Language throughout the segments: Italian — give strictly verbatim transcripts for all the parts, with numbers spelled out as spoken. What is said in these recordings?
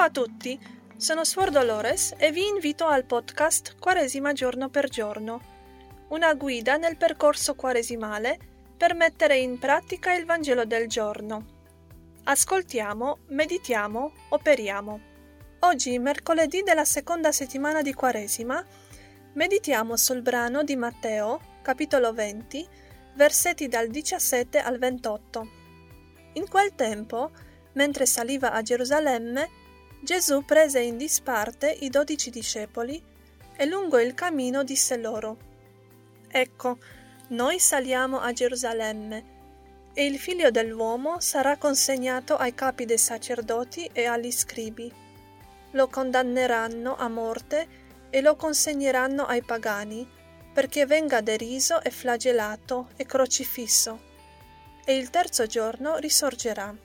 a tutti, sono Suor Dolores e vi invito al podcast Quaresima giorno per giorno, una guida nel percorso quaresimale per mettere in pratica il Vangelo del giorno. Ascoltiamo, meditiamo, operiamo. Oggi, mercoledì della seconda settimana di Quaresima, meditiamo sul brano di Matteo, capitolo venti, versetti dal diciassette al ventotto. In quel tempo, mentre saliva a Gerusalemme, Gesù prese in disparte i dodici discepoli e lungo il cammino disse loro: «Ecco, noi saliamo a Gerusalemme, e il Figlio dell'uomo sarà consegnato ai capi dei sacerdoti e agli scribi. Lo condanneranno a morte e lo consegneranno ai pagani, perché venga deriso e flagellato e crocifisso, e il terzo giorno risorgerà».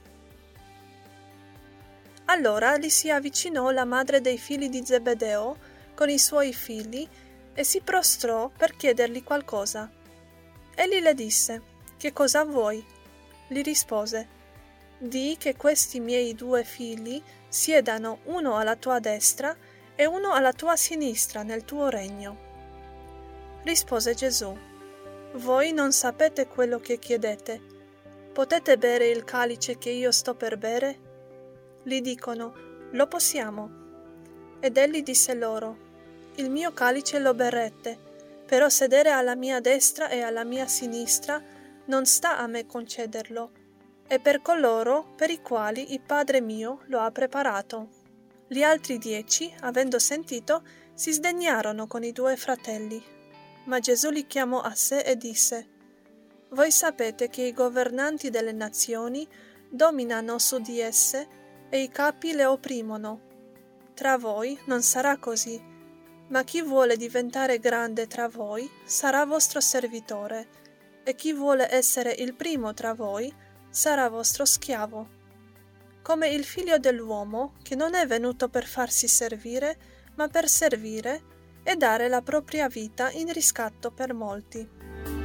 Allora gli si avvicinò la madre dei figli di Zebedeo con i suoi figli e si prostrò per chiedergli qualcosa. Egli le disse: «Che cosa vuoi?» Gli rispose: «Dì che questi miei due figli siedano uno alla tua destra e uno alla tua sinistra nel tuo regno». Rispose Gesù: «Voi non sapete quello che chiedete. Potete bere il calice che io sto per bere?» Gli dicono: «Lo possiamo». Ed egli disse loro: «Il mio calice lo berrete, però sedere alla mia destra e alla mia sinistra non sta a me concederlo, è per coloro per i quali il Padre mio lo ha preparato». Gli altri dieci, avendo sentito, si sdegnarono con i due fratelli. Ma Gesù li chiamò a sé e disse: «Voi sapete che i governanti delle nazioni dominano su di esse e i capi le opprimono. Tra voi non sarà così, ma chi vuole diventare grande tra voi sarà vostro servitore, e chi vuole essere il primo tra voi sarà vostro schiavo. Come il Figlio dell'uomo, che non è venuto per farsi servire, ma per servire e dare la propria vita in riscatto per molti».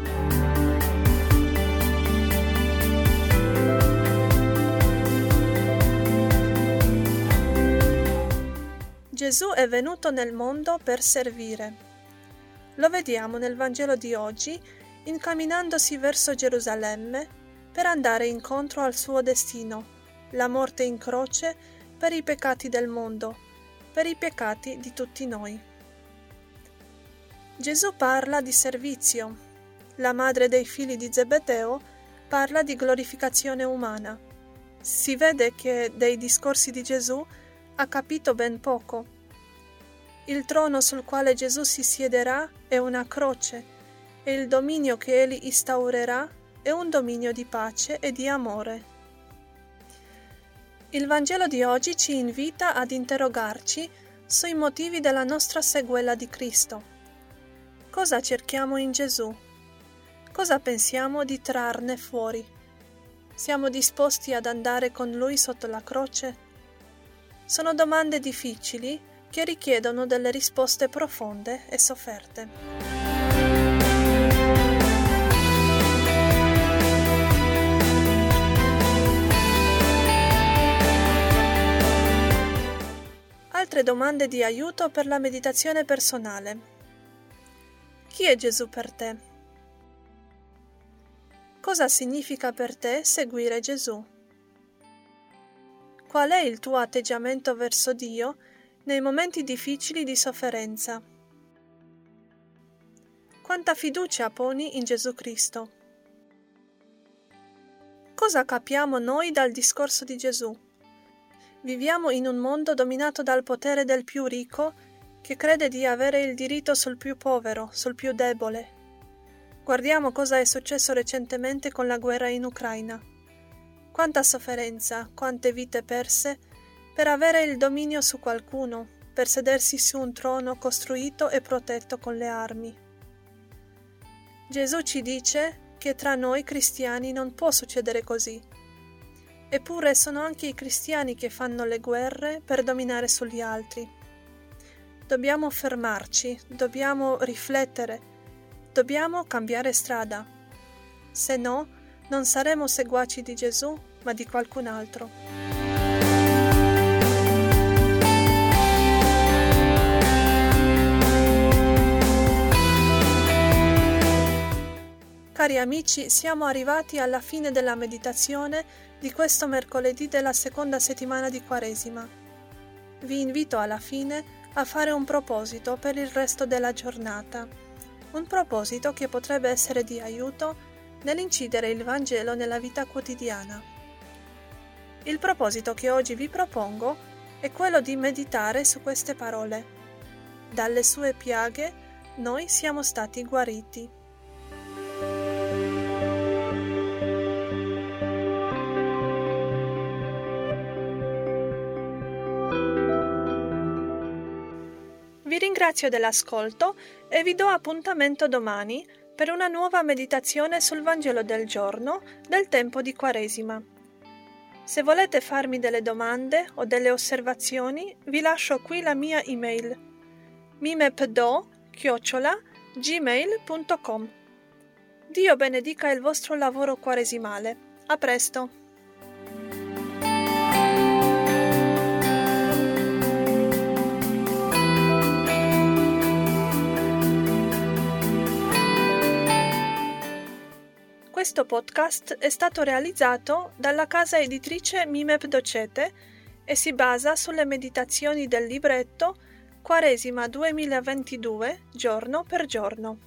Gesù è venuto nel mondo per servire. Lo vediamo nel Vangelo di oggi incamminandosi verso Gerusalemme per andare incontro al suo destino, la morte in croce per i peccati del mondo, per i peccati di tutti noi. Gesù parla di servizio. La madre dei figli di Zebedeo parla di glorificazione umana. Si vede che dei discorsi di Gesù ha capito ben poco. Il trono sul quale Gesù si siederà è una croce e il dominio che egli instaurerà è un dominio di pace e di amore. Il Vangelo di oggi ci invita ad interrogarci sui motivi della nostra sequela di Cristo. Cosa cerchiamo in Gesù? Cosa pensiamo di trarne fuori? Siamo disposti ad andare con Lui sotto la croce? Sono domande difficili che richiedono delle risposte profonde e sofferte. Altre domande di aiuto per la meditazione personale. Chi è Gesù per te? Cosa significa per te seguire Gesù? Qual è il tuo atteggiamento verso Dio nei momenti difficili di sofferenza? Quanta fiducia poni in Gesù Cristo? Cosa capiamo noi dal discorso di Gesù? Viviamo in un mondo dominato dal potere del più ricco che crede di avere il diritto sul più povero, sul più debole. Guardiamo cosa è successo recentemente con la guerra in Ucraina. Quanta sofferenza, quante vite perse per avere il dominio su qualcuno, per sedersi su un trono costruito e protetto con le armi. Gesù ci dice che tra noi cristiani non può succedere così. Eppure sono anche i cristiani che fanno le guerre per dominare sugli altri. Dobbiamo fermarci, dobbiamo riflettere, dobbiamo cambiare strada. Se no, non saremo seguaci di Gesù, ma di qualcun altro. Cari amici, siamo arrivati alla fine della meditazione di questo mercoledì della seconda settimana di Quaresima. Vi invito alla fine a fare un proposito per il resto della giornata, un proposito che potrebbe essere di aiuto nell'incidere il Vangelo nella vita quotidiana. Il proposito che oggi vi propongo è quello di meditare su queste parole. Dalle sue piaghe noi siamo stati guariti. Vi ringrazio dell'ascolto e vi do appuntamento domani per una nuova meditazione sul Vangelo del giorno del tempo di Quaresima. Se volete farmi delle domande o delle osservazioni, vi lascio qui la mia email mimepdo chiocciola gmail punto com. Dio benedica il vostro lavoro quaresimale. A presto! Questo podcast è stato realizzato dalla casa editrice Mimep Docete e si basa sulle meditazioni del libretto Quaresima duemilaventidue giorno per giorno.